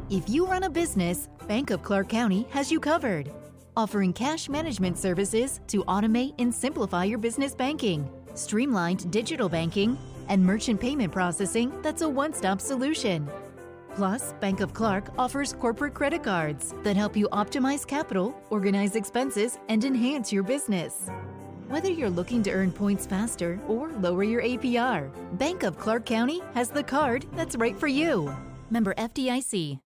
If you run a business, Bank of Clark County has you covered. Offering cash management services to automate and simplify your business banking, streamlined digital banking, and merchant payment processing that's a one-stop solution. Plus, Bank of Clark offers corporate credit cards that help you optimize capital, organize expenses, and enhance your business. Whether you're looking to earn points faster or lower your APR, Bank of Clark County has the card that's right for you. Member FDIC.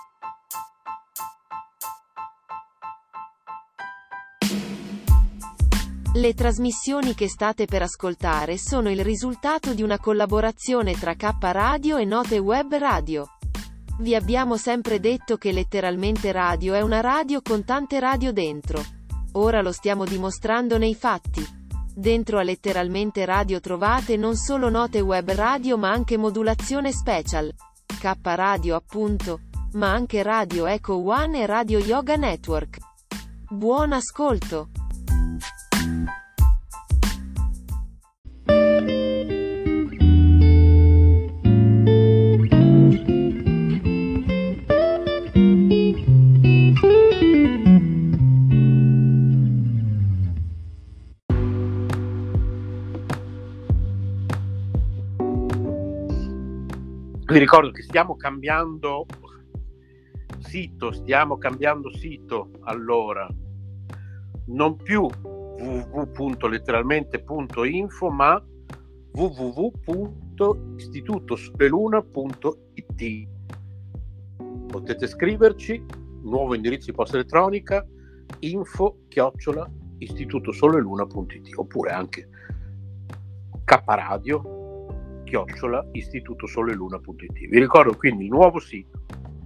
Le trasmissioni che state per ascoltare sono il risultato di una collaborazione tra K Radio e Note Web Radio. Vi abbiamo sempre detto che Letteralmente Radio è una radio con tante radio dentro. Ora lo stiamo dimostrando nei fatti. Dentro a Letteralmente Radio trovate non solo Note Web Radio ma anche Modulazione Special, K Radio appunto, ma anche Radio Echo One e Radio Yoga Network. Buon ascolto! Vi ricordo che stiamo cambiando sito, allora, non più www.letteralmente.info ma www.istitutosoleluna.it. Potete scriverci, nuovo indirizzo di posta elettronica, info@istitutosoleluna.it, oppure anche kradio@istitutosoleluna.it. Vi ricordo quindi il nuovo sito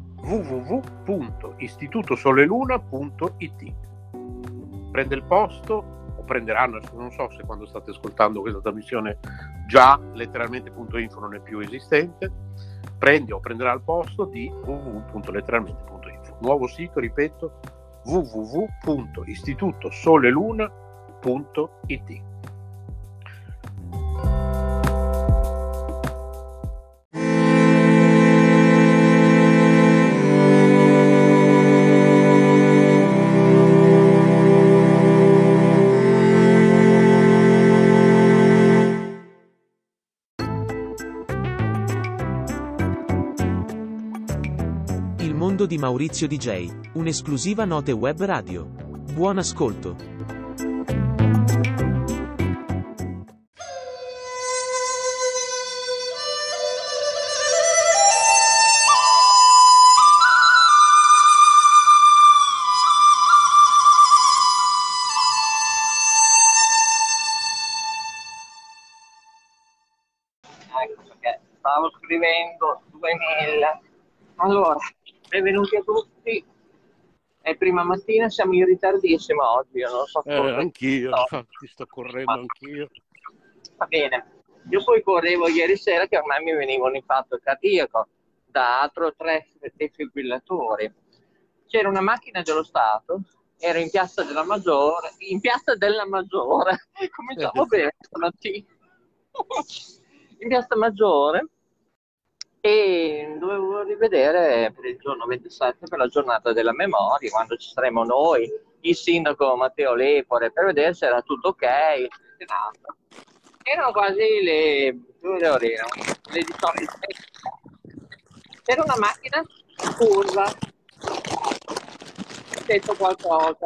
www.istitutosoleluna.it. Prende il posto, o prenderanno, non so se quando state ascoltando questa trasmissione già letteralmente.info non è più esistente, prende o prenderà il posto di www.letteralmente.info. Nuovo sito, ripeto, www.istitutosoleluna.it. Di Maurizio DJ, un'esclusiva Note Web Radio. Buon ascolto. Ecco perché stavo scrivendo 2 mail. Allora, benvenuti a tutti. È prima mattina, siamo in ritardissimo oggi, io non so come. Anch'io, infatti sto correndo anch'io. Va bene. Io poi correvo ieri sera che ormai mi veniva un infarto cardiaco da altro 3 defibrillatori. C'era una macchina dello Stato, ero in Piazza della Maggiore, cominciamo bene stamattina, in Piazza Maggiore, e dovevo rivedere per il giorno 27, per la giornata della memoria, quando ci saremo noi, il sindaco Matteo Lepore, per vedere se era tutto ok. Erano quasi le 19. C'era una macchina curva, ho detto qualcosa,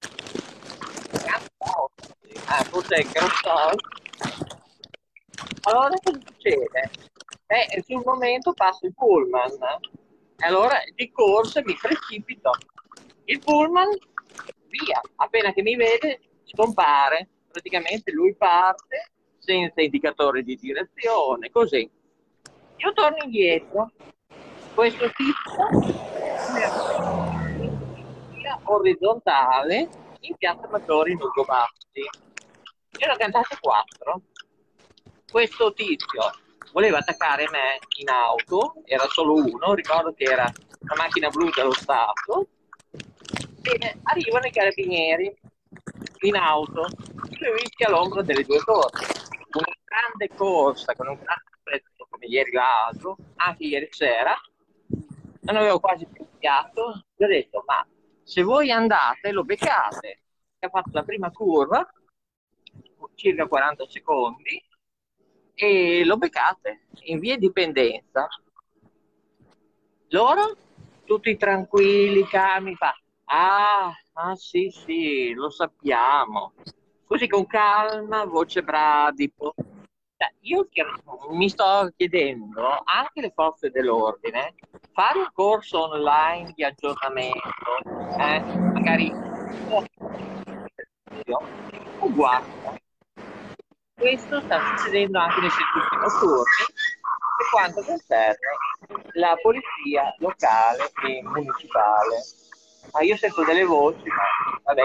forse è Grassol. Allora cosa succede? Sul momento passa il pullman, e allora di corsa mi precipito. Il pullman, via, appena che mi vede scompare, praticamente lui parte senza indicatore di direzione, così. Io torno indietro, questo tipo via orizzontale in Piazza Maggiore in Ugo Bassi. Io ne ho cantate 4. Questo tizio voleva attaccare me in auto, era solo uno, ricordo che era una macchina blu dello Stato, e arrivano i carabinieri in auto, lui rischia all'ombra delle 2 torri, una grande corsa con un grande prezzo come ieri l'altro, anche ieri sera, non avevo quasi più iniziato, gli ho detto, ma se voi andate lo beccate. Ha fatto la prima curva, circa 40 secondi, e lo beccate in via Dipendenza. Loro tutti tranquilli, calmi, sì, lo sappiamo. Così con calma, voce bradipo. Io mi sto chiedendo, anche le forze dell'ordine, fare un corso online di aggiornamento, magari guarda, questo sta succedendo anche nei servizi notturni per quanto concerne la polizia locale e municipale. Io sento delle voci, ma vabbè.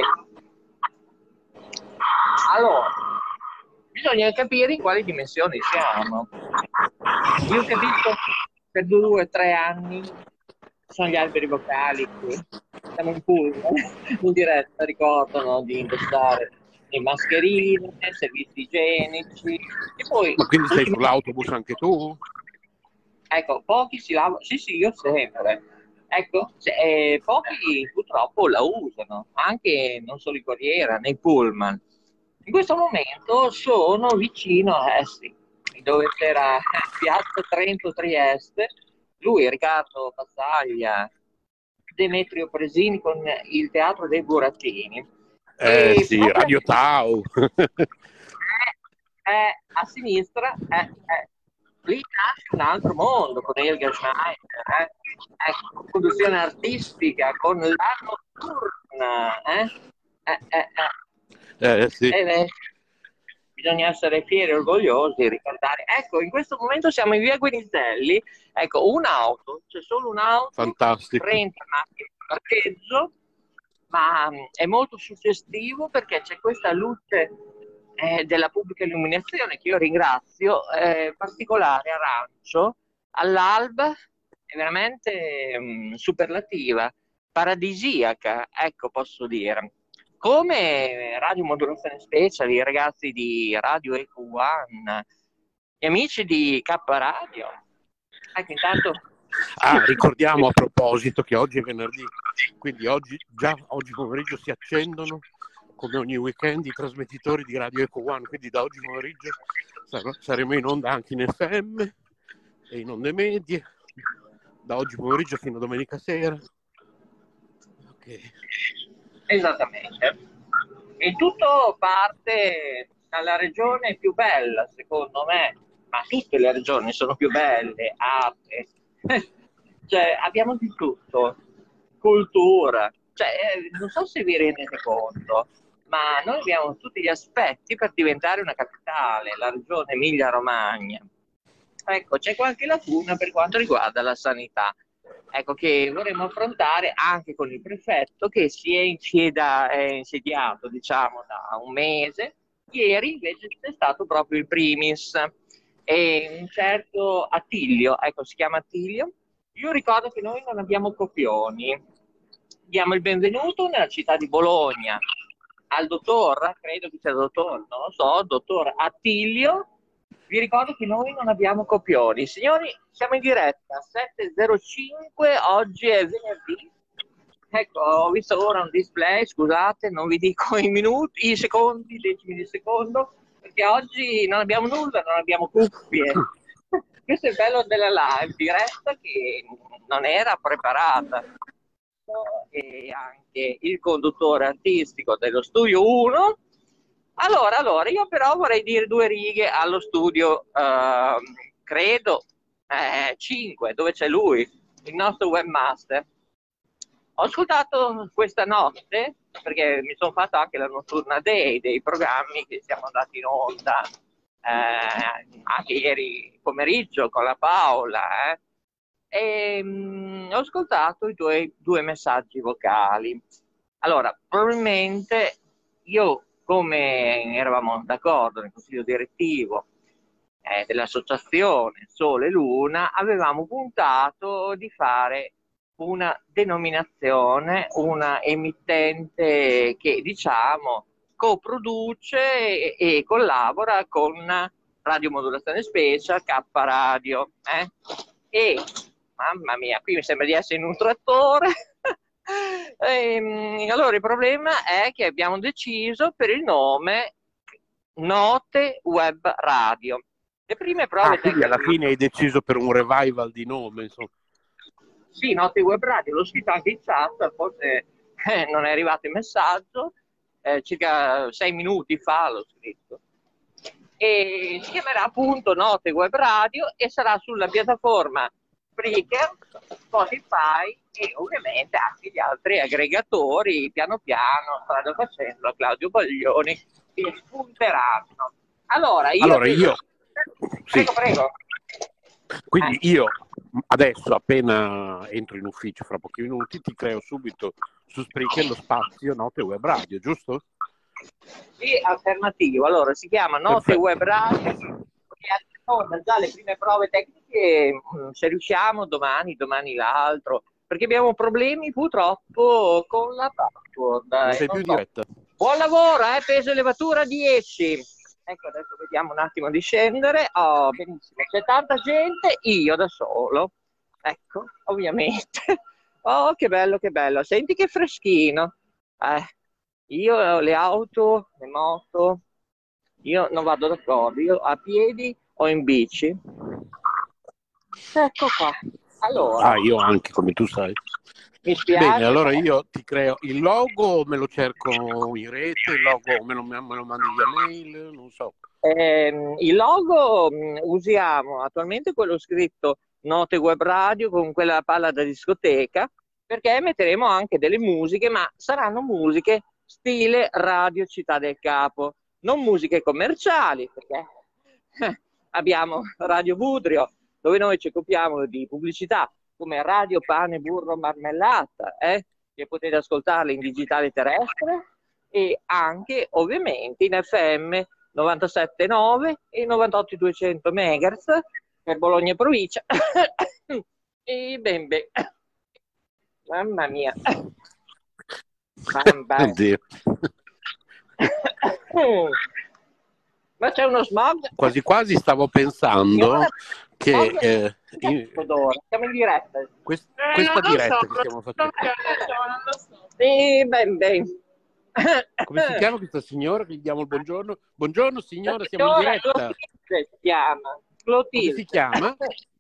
Allora, bisogna capire in quali dimensioni siamo. Io capisco per 2 o 3 anni sono gli alberi vocali qui. Siamo in pullman, in diretta, ricordano di indossare le mascherine, servizi igienici. E poi, ma quindi sei sull'autobus anche tu? Ecco, pochi si lavano, sì, io sempre. Ecco, pochi purtroppo la usano, anche non solo in corriera, nei pullman. In questo momento sono vicino a dove c'era Piazza Trento Trieste, lui, Riccardo Bassaglia, Demetrio Presini con il Teatro dei Burattini. Sì, Radio Tau. A sinistra, lì nasce un altro mondo con Helga Schneider, produzione artistica con la notturna, Sì. Bisogna essere fieri e orgogliosi, ricordare. Ecco, in questo momento siamo in via Guinizelli, ecco, un'auto, c'è solo un'auto, Fantastico. 30 macchine di parcheggio, ma è molto suggestivo perché c'è questa luce della pubblica illuminazione che io ringrazio, particolare arancio, all'alba, è veramente superlativa, paradisiaca, ecco, posso dire. Come Radio Modulazione Special, i ragazzi di Radio Eco One, gli amici di K Radio. Ecco, intanto... ricordiamo a proposito che oggi è venerdì, quindi oggi pomeriggio si accendono, come ogni weekend, i trasmettitori di Radio Eco One, quindi da oggi pomeriggio saremo in onda anche in FM e in onde medie, da oggi pomeriggio fino a domenica sera. Ok. Esattamente. E tutto parte dalla regione più bella, secondo me, ma tutte le regioni sono più belle, arte, cioè abbiamo di tutto, cultura, non so se vi rendete conto, ma noi abbiamo tutti gli aspetti per diventare una capitale, la regione Emilia-Romagna. Ecco, c'è qualche lacuna per quanto riguarda la sanità. Ecco, che vorremmo affrontare anche con il prefetto che si è insediato, diciamo, da un mese. Ieri invece è stato proprio il primis, e un certo Attilio, ecco, si chiama Attilio. Io ricordo che noi non abbiamo copioni. Diamo il benvenuto nella città di Bologna al dottor, credo che sia dottor, non lo so, dottor Attilio. Vi ricordo che noi non abbiamo copioni. Signori, siamo in diretta, 7:05, oggi è venerdì. Ecco, ho visto ora un display, scusate, non vi dico i minuti, i secondi, i decimi di secondo, perché oggi non abbiamo nulla, non abbiamo cuffie. Questo è il bello della live diretta che non era preparata. E anche il conduttore artistico dello Studio 1. Allora, io però vorrei dire 2 righe allo studio, credo, 5, dove c'è lui, il nostro webmaster. Ho ascoltato questa notte, perché mi sono fatto anche la notturna dei programmi che siamo andati in onda, anche ieri pomeriggio con la Paola, e ho ascoltato i tuoi 2 messaggi vocali. Allora, probabilmente io, come eravamo d'accordo nel consiglio direttivo dell'associazione Sole e Luna, avevamo puntato di fare una denominazione, una emittente che, diciamo, coproduce e collabora con Radio Modulazione Special, K Radio, e mamma mia, qui mi sembra di essere in un trattore. Allora il problema è che abbiamo deciso per il nome Note Web Radio. Le prime prove Quindi alla tecniche. fine hai deciso per un revival di nome, insomma. Sì, Note Web Radio, l'ho scritto anche in chat, forse non è arrivato il messaggio, circa 6 minuti fa l'ho scritto. E si chiamerà appunto Note Web Radio e sarà sulla piattaforma Spreaker, Spotify e ovviamente anche gli altri aggregatori piano piano stanno facendo Claudio Baglioni che spunteranno. Allora io sì. Prego. Quindi io adesso, appena entro in ufficio fra pochi minuti, ti creo subito su Spreaker lo spazio Note Web Radio, giusto? Sì, alternativo. Allora si chiama Note Perfetto. Web Radio e sono già le prime prove tecniche, se riusciamo domani l'altro, perché abbiamo problemi purtroppo con la password. Non sei più in diretta. Buon lavoro, peso elevatura 10. Ecco, adesso vediamo un attimo di scendere. Oh, benissimo, c'è tanta gente, io da solo. Ecco, ovviamente. Oh, che bello, che bello. Senti che freschino. Io le auto, le moto, io non vado d'accordo. Io a piedi o in bici. Ecco qua. Allora. Io anche, come tu sai. Mi spiace. Bene, allora io ti creo il logo, me lo cerco in rete, il logo me lo mandi via mail, non so. Il logo usiamo attualmente quello scritto Note Web Radio con quella palla da discoteca, perché metteremo anche delle musiche, ma saranno musiche stile Radio Città del Capo, non musiche commerciali, perché abbiamo Radio Budrio, dove noi ci occupiamo di pubblicità, come Radio Pane Burro Marmellata, che potete ascoltarle in digitale terrestre e anche ovviamente in FM 97.9 e 98.200 MHz per Bologna e provincia. E ben. Mamma mia. Oddio. Ma c'è uno smog? Quasi quasi stavo pensando che siamo in diretta. Questa diretta che stiamo facendo. Sì, ben. Come si chiama questa signora? Gli diamo il buongiorno. Buongiorno signora, siamo in diretta. Clotilde si chiama. Clotilde. Come si chiama?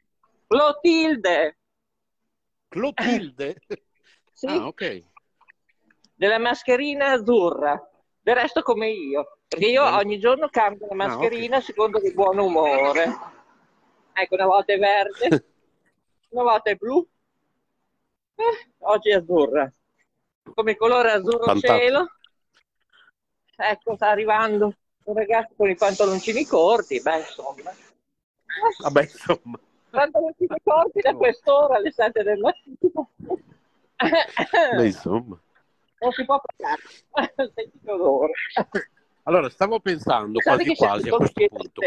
Clotilde? Sì. Ok. Della mascherina azzurra. Del resto come io. Perché io ogni giorno cambio la mascherina secondo il buon umore. Ecco, una volta è verde, una volta è blu, oggi è azzurra. Come colore azzurro Fantastico. cielo. Ecco, sta arrivando un ragazzo con i pantaloncini corti, insomma. Vabbè, insomma. Pantaloncini corti da quest'ora alle 7 del mattino. Insomma. Non si può parlare. Senti che odore. Allora, stavo pensando quasi quasi a questo punto.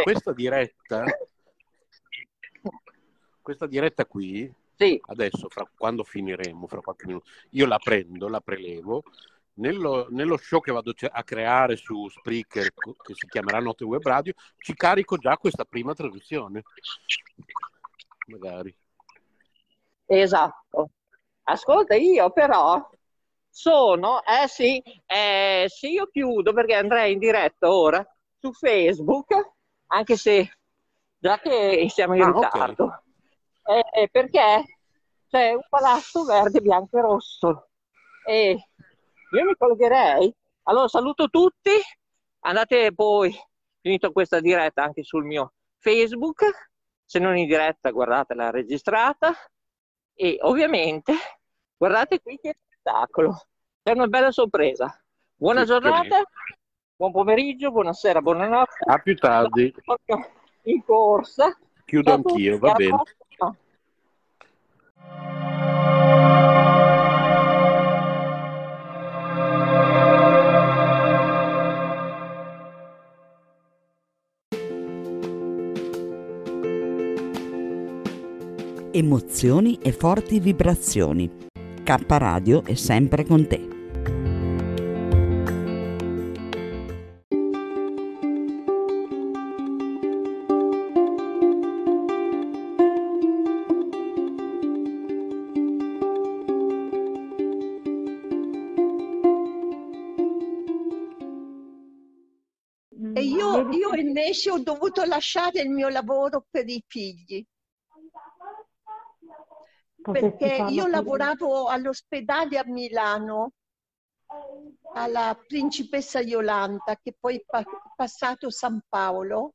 Questa diretta qui, sì. Adesso, quando finiremo, fra qualche minuto, io la prendo, la prelevo, nello show che vado a creare su Spreaker, che si chiamerà Note Web Radio, ci carico già questa prima traduzione. Magari. Esatto. Ascolta, io però sono, sì, io chiudo perché andrei in diretta ora su Facebook, anche se già che siamo in ritardo, perché c'è un palazzo verde, bianco e rosso e io mi collegherei. Allora saluto tutti, andate poi, finito questa diretta, anche sul mio Facebook, se non in diretta guardatela registrata e ovviamente guardate qui che spettacolo, è una bella sorpresa. Buona giornata, buon pomeriggio, buonasera, buonanotte. A più tardi. In corsa. Chiudo anch'io, va bene. Emozioni e forti vibrazioni. K Radio è sempre con te. Io invece ho dovuto lasciare il mio lavoro per i figli, perché io lavoravo all'ospedale a Milano, alla Principessa Yolanda, che poi è passato San Paolo,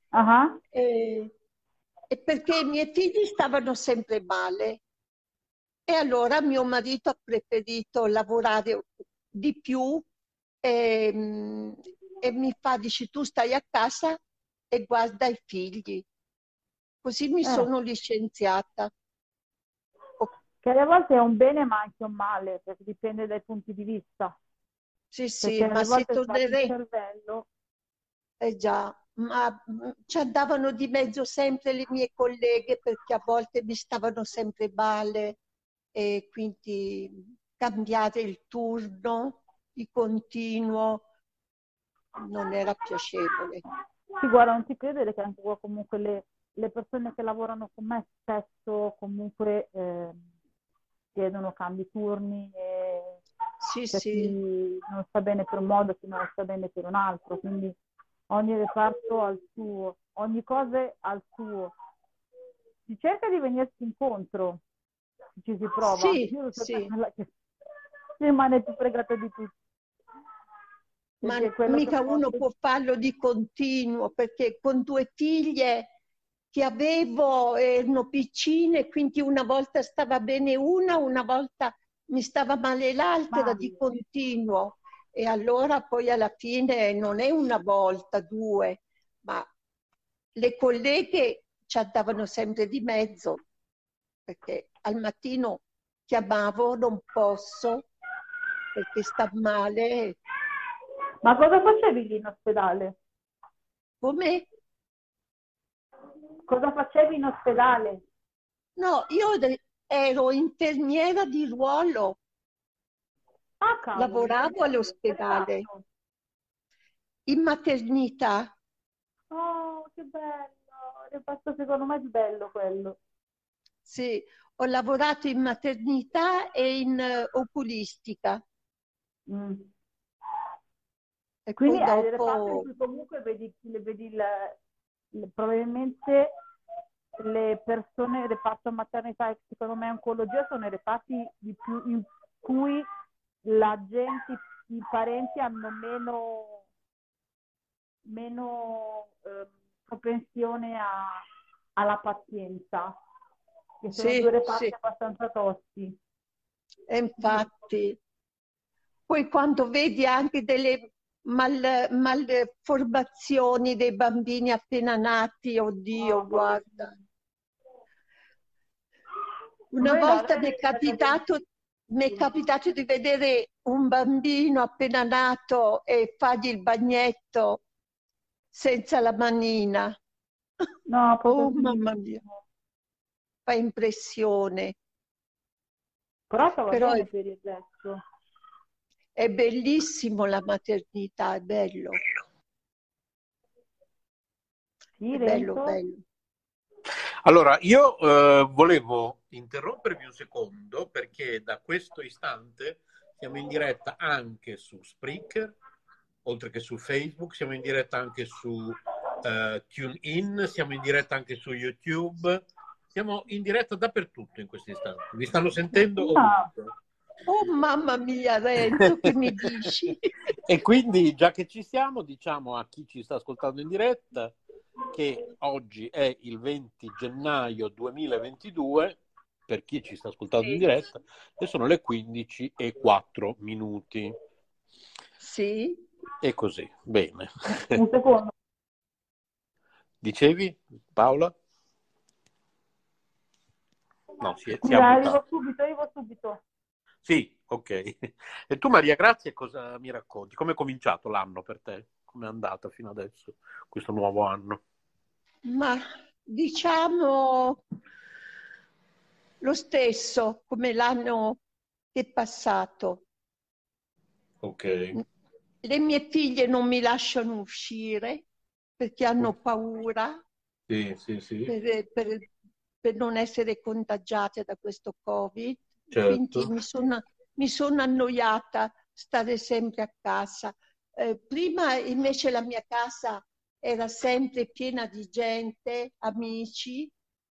e perché i miei figli stavano sempre male. E allora mio marito ha preferito lavorare di più e mi dice, tu stai a casa e guarda i figli. Così mi sono licenziata. Che alle volte è un bene ma anche un male, perché dipende dai punti di vista. Sì, Perché ma alle se volte tornerei... il cervello... già, ma ci andavano di mezzo sempre le mie colleghe perché a volte mi stavano sempre male e quindi cambiare il turno di continuo non era piacevole. Sì, guarda, non ti credere che anche qua comunque le persone che lavorano con me spesso comunque chiedono cambi turni e c'è chi non sta bene per un modo, chi non sta bene per un altro, quindi ogni reparto ha il suo, ogni cosa ha il suo. Si cerca di venirsi incontro, ci si prova. Io lo so che rimane più fregata di tutti. Ma mica uno può farlo di continuo, perché con 2 figlie che avevo erano piccine, quindi una volta stava bene una volta mi stava male l'altra di continuo. E allora poi alla fine non è una volta, 2, ma le colleghe ci andavano sempre di mezzo, perché al mattino chiamavo, non posso, perché sta male. Ma cosa facevi lì in ospedale? Come? Cosa facevi in ospedale? No, io ero infermiera di ruolo. Lavoravo all'ospedale. In maternità. Oh, che bello! È fatto secondo me di bello quello. Sì, ho lavorato in maternità e in oculistica. E quindi hai delle parti in cui comunque vedi probabilmente le persone del reparto maternità e secondo me oncologia sono i reparti in cui la gente, i parenti hanno meno propensione alla pazienza, che sono 2 reparti abbastanza tosti. E infatti, poi quando vedi anche delle malformazioni dei bambini appena nati, oddio, guarda. Una volta mi è capitato di vedere un bambino appena nato e fargli il bagnetto senza la manina. No, oh mamma mia, fa impressione. Però bene per il resto. È bellissimo la maternità, è bello. Sì, è bello. Allora, io volevo interrompervi un secondo perché da questo istante siamo in diretta anche su Spreaker, oltre che su Facebook, siamo in diretta anche su TuneIn, siamo in diretta anche su YouTube, siamo in diretta dappertutto in questo istante. Vi stanno sentendo ovunque. Oh mamma mia, Renzo, che mi dici? E quindi, già che ci siamo, diciamo a chi ci sta ascoltando in diretta che oggi è il 20 gennaio 2022, per chi ci sta ascoltando in diretta, e sono le 15:04. Sì. E così, bene. Un secondo. Dicevi, Paola? No, arrivo subito. Sì, ok. E tu, Maria Grazia, cosa mi racconti? Come è cominciato l'anno per te? Come è andata fino adesso, questo nuovo anno? Ma diciamo lo stesso come l'anno che è passato. Ok. Le mie figlie non mi lasciano uscire perché hanno paura Sì. per non essere contagiate da questo Covid. Certo. Quindi mi sono annoiata stare sempre a casa. Prima invece la mia casa era sempre piena di gente, amici,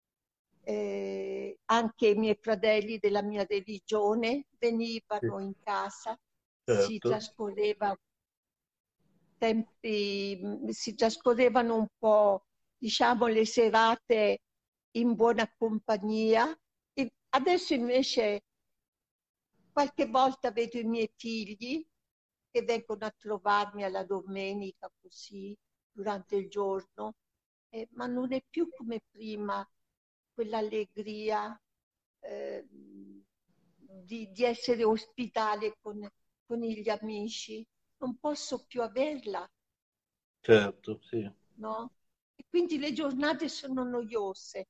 anche i miei fratelli della mia religione venivano in casa, si certo. trascorrevano un po', diciamo, le serate in buona compagnia. E adesso invece qualche volta vedo i miei figli che vengono a trovarmi alla domenica così, durante il giorno, ma non è più come prima quell'allegria di essere ospitale con gli amici. Non posso più averla, Certo, sì. no? E quindi le giornate sono noiose.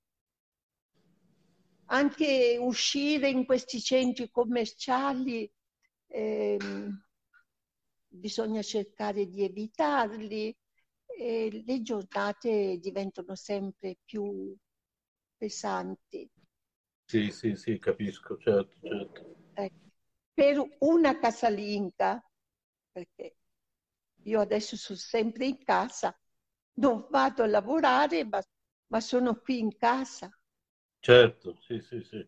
Anche uscire in questi centri commerciali bisogna cercare di evitarli e le giornate diventano sempre più pesanti. Sì, sì, sì, capisco, certo, certo. Ecco. Per una casalinga, perché io adesso sono sempre in casa, non vado a lavorare, ma sono qui in casa. Certo, sì, sì, sì.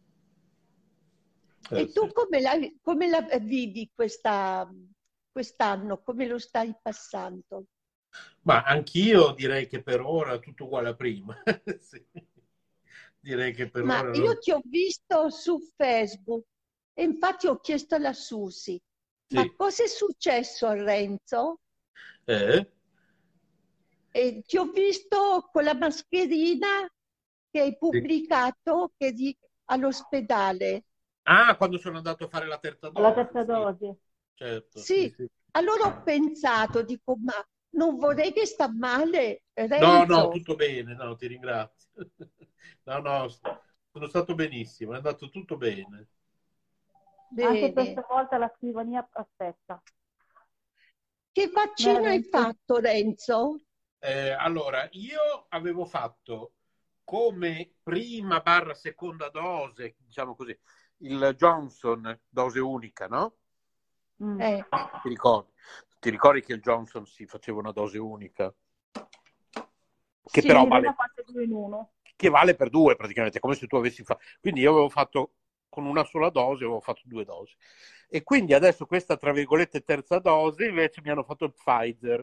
E tu Sì. come la vivi quest'anno? Come lo stai passando? Ma anch'io direi che per ora tutto uguale a prima. Sì. Direi che per Ma ora io no. ti ho visto su Facebook e infatti ho chiesto alla Susi, ma Sì. cosa è successo a Renzo? Eh? E ti ho visto con la mascherina che hai Sì. pubblicato che all'ospedale. Ah, quando sono andato a fare la terza dose. La terza Sì, dose. certo, sì, Sì, sì. allora ho pensato, dico, ma non vorrei che sta male No, no, Renzo. tutto bene, no, ti ringrazio. No, no, sono stato benissimo, è andato tutto bene. Anche Bene. questa volta la scrivania aspetta. Che vaccino hai Veramente. fatto, Renzo? Allora, io avevo fatto come prima barra seconda dose, diciamo così, il Johnson, dose unica, no? Ti ricordi? Ti ricordi che il Johnson si faceva una dose unica? Che Sì. però L'Irena fatte 2 in 1. che vale per 2 praticamente, come se tu avessi fatto. Quindi io avevo fatto con una sola dose, avevo fatto 2 dosi. E quindi adesso questa, tra virgolette, terza dose, invece mi hanno fatto il Pfizer.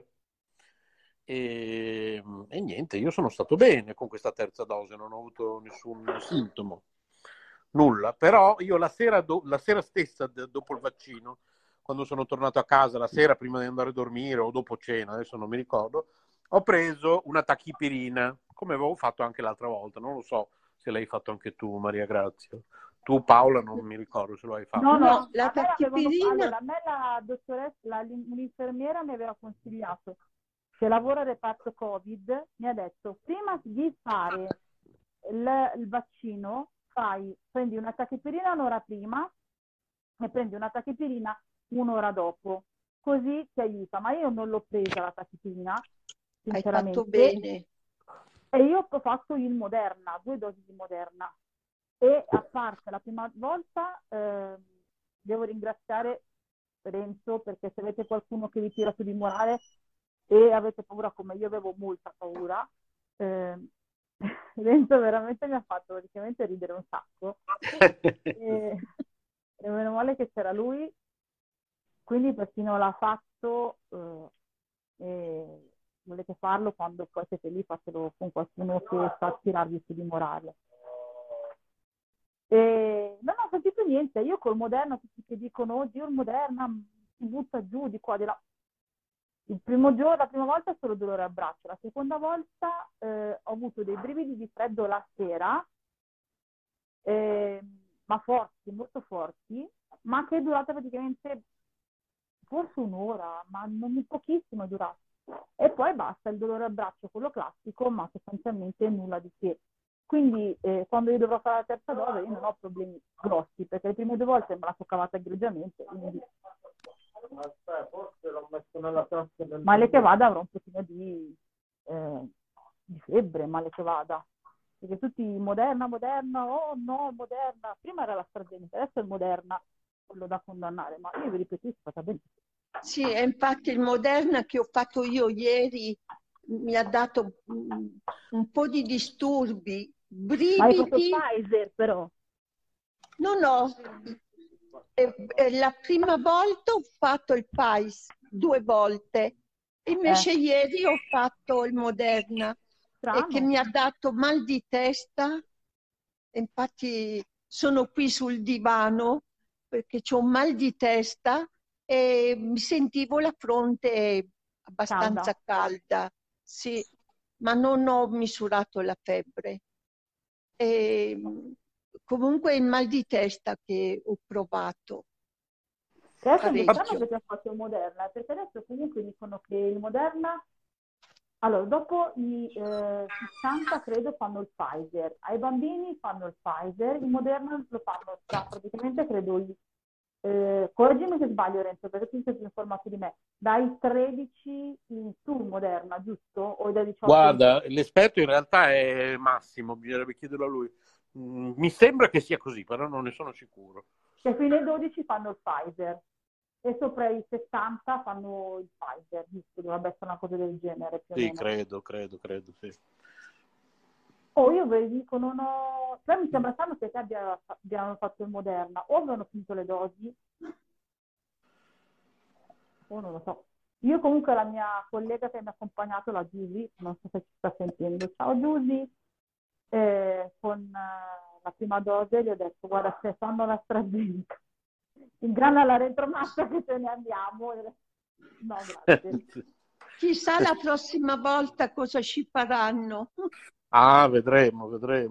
E niente, io sono stato bene con questa terza dose, non ho avuto nessun sintomo, nulla. Però io la sera stessa, dopo il vaccino, quando sono tornato a casa, la sera prima di andare a dormire o dopo cena, adesso non mi ricordo, ho preso una tachipirina, come avevo fatto anche l'altra volta. Non lo so se l'hai fatto anche tu, Maria Grazia. Tu, Paola, non mi ricordo se lo hai fatto. No, la a me tachipirina. allora, a me la dottoressa, un'infermiera mi aveva consigliato, che lavora al reparto Covid, mi ha detto, prima di fare il vaccino, prendi una tachipirina un'ora prima e prendi una tachipirina un'ora dopo, così ti aiuta. Ma io non l'ho presa la tachipirina, Hai sinceramente. fatto bene. E io ho fatto il Moderna, 2 dosi di Moderna. E a parte la prima volta, devo ringraziare Renzo, perché se avete qualcuno che vi tira su di morale e avete paura come io avevo molta paura, Renzo veramente mi ha fatto praticamente ridere un sacco. E meno male che c'era lui, quindi persino l'ha fatto. E volete farlo, quando poi siete lì, fatelo con qualcuno che sa tirarvi su di morale. E non ho sentito niente. Io col Moderna, tutti che dicono oddio il Moderna si butta giù di qua di là. Il primo giorno, la prima volta solo dolore al braccio, la seconda volta ho avuto dei brividi di freddo la sera, ma forti, molto forti, ma che è durata praticamente forse un'ora, ma non pochissimo è durato. E poi basta, il dolore al braccio, quello classico, ma sostanzialmente nulla di che. Quindi quando io dovrò fare la terza dose io non ho problemi grossi, perché le prime 2 volte me la sono cavata egregiamente, quindi... Forse l'ho messo nella tasca del... Male che vada avrò un pochino di febbre, male che vada. Perché tutti Moderna, oh no, Moderna. Prima era l'AstraZeneca, adesso è il Moderna, quello da condannare, ma io vi ripeto, è stata benissimo. Sì, e infatti il Moderna che ho fatto io ieri mi ha dato un po' di disturbi, Ma hai fatto brividi. Pfizer però? No, la prima volta ho fatto il Pfizer 2 volte, invece ieri ho fatto il Moderna, e che Strano. mi ha dato mal di testa. Infatti sono qui sul divano perché ho un mal di testa e mi sentivo la fronte abbastanza calda, sì, ma non ho misurato la febbre. E, comunque è il mal di testa che ho provato. Adesso mi Parecchio. sanno che ti ha fatto il Moderna, perché adesso comunque dicono che il Moderna, allora dopo i 60 credo fanno il Pfizer, ai bambini fanno il Pfizer, il Moderna lo fanno praticamente credo correggimi se sbaglio Renzo, perché tu sei più informato di me, dai 13 in su Moderna, giusto? O dai 18? Guarda, l'esperto in realtà è Massimo, bisognerebbe chiederlo a lui. Mi sembra che sia così, però non ne sono sicuro. Che fino ai 12 fanno il Pfizer e sopra i 60 fanno il Pfizer, giusto? Dovrebbe essere una cosa del genere più o Sì, meno. credo, sì. Oh, io ve dico, non ho... Cioè, mi sembra strano che te abbiano fatto il Moderna, o avevano finito le dosi, o non lo so. Io comunque la mia collega che mi ha accompagnato, la Giusy, non so se ci sta sentendo, ciao Giusy, con la prima dose gli ho detto, guarda, se fanno l'AstraZeneca, ingrana la retromassa che ce ne andiamo. No, grazie. Chissà la prossima volta cosa ci faranno. Ah, vedremo.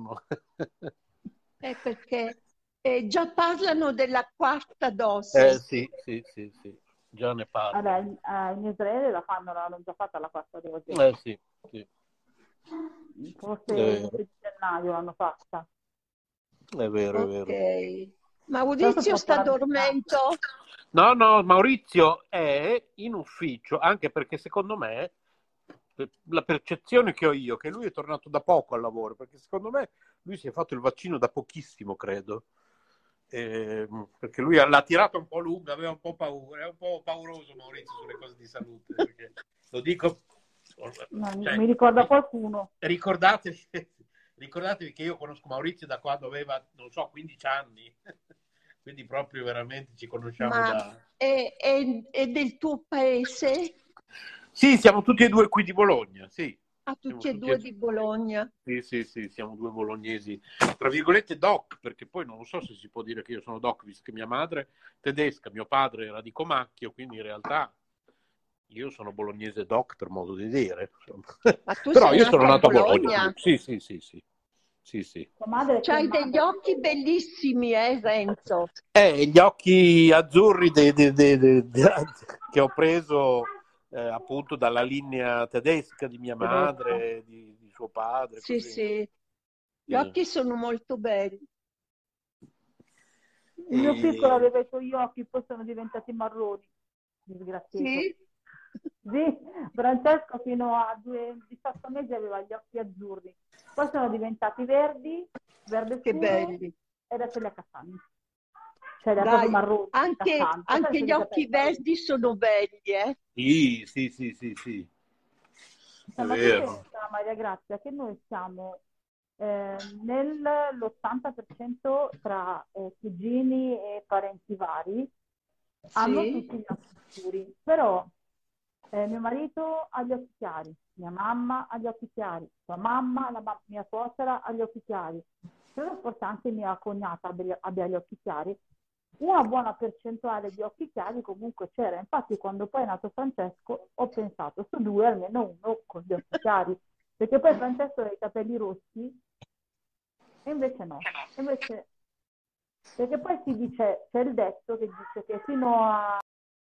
Perché già parlano della quarta dose. Sì, già ne parlo. Vabbè, in Israele l'hanno già fatta la quarta dose. Sì. Forse il 6 gennaio l'hanno fatta. È vero, Ok. Maurizio sta dormendo? No, Maurizio è in ufficio, anche perché secondo me la percezione che ho io, che lui è tornato da poco al lavoro, perché secondo me lui si è fatto il vaccino da pochissimo, credo. Perché lui l'ha tirato un po' lunga, aveva un po' paura, è un po' pauroso Maurizio sulle cose di salute, perché lo dico... mi ricorda qualcuno. Ricordatevi che io conosco Maurizio da quando aveva, non so, 15 anni, quindi proprio veramente ci conosciamo da... È del tuo paese? Sì, siamo tutti e due qui di Bologna, sì. Tutti e due di Bologna? Sì, siamo due bolognesi, tra virgolette doc, perché poi non so se si può dire che io sono doc, visto che mia madre è tedesca, mio padre era di Comacchio, quindi in realtà io sono bolognese doc per modo di dire. Ma tu però sei io sono nato a Bologna? Sì. C'hai degli occhi bellissimi, Renzo? Gli occhi azzurri che ho preso appunto dalla linea tedesca di mia madre, di suo padre. Sì, così. sì. Gli occhi sono molto belli. Il mio piccolo aveva i suoi occhi, poi sono diventati marroni. Disgraziato. Sì? Sì, Francesco fino a 18 mesi aveva gli occhi azzurri, poi sono diventati verde che scuro, belli. e adesso li ha castani. Cioè li ha Dai, proprio marroni. anche gli occhi verdi sono belli, eh? Sì. È Ma vero. tu pensa, Maria Grazia, che noi siamo nell'80% tra cugini e parenti vari, hanno tutti gli occhi scuri, però mio marito ha gli occhi chiari, mia mamma ha gli occhi chiari, sua mamma, mia suocera ha gli occhi chiari, credo forse anche mia cognata abbia gli occhi chiari. Una buona percentuale di occhi chiari comunque c'era, infatti quando poi è nato Francesco ho pensato su 2 almeno uno con gli occhi chiari, perché poi Francesco ha i capelli rossi e invece no, perché poi si dice, c'è il detto che dice che fino a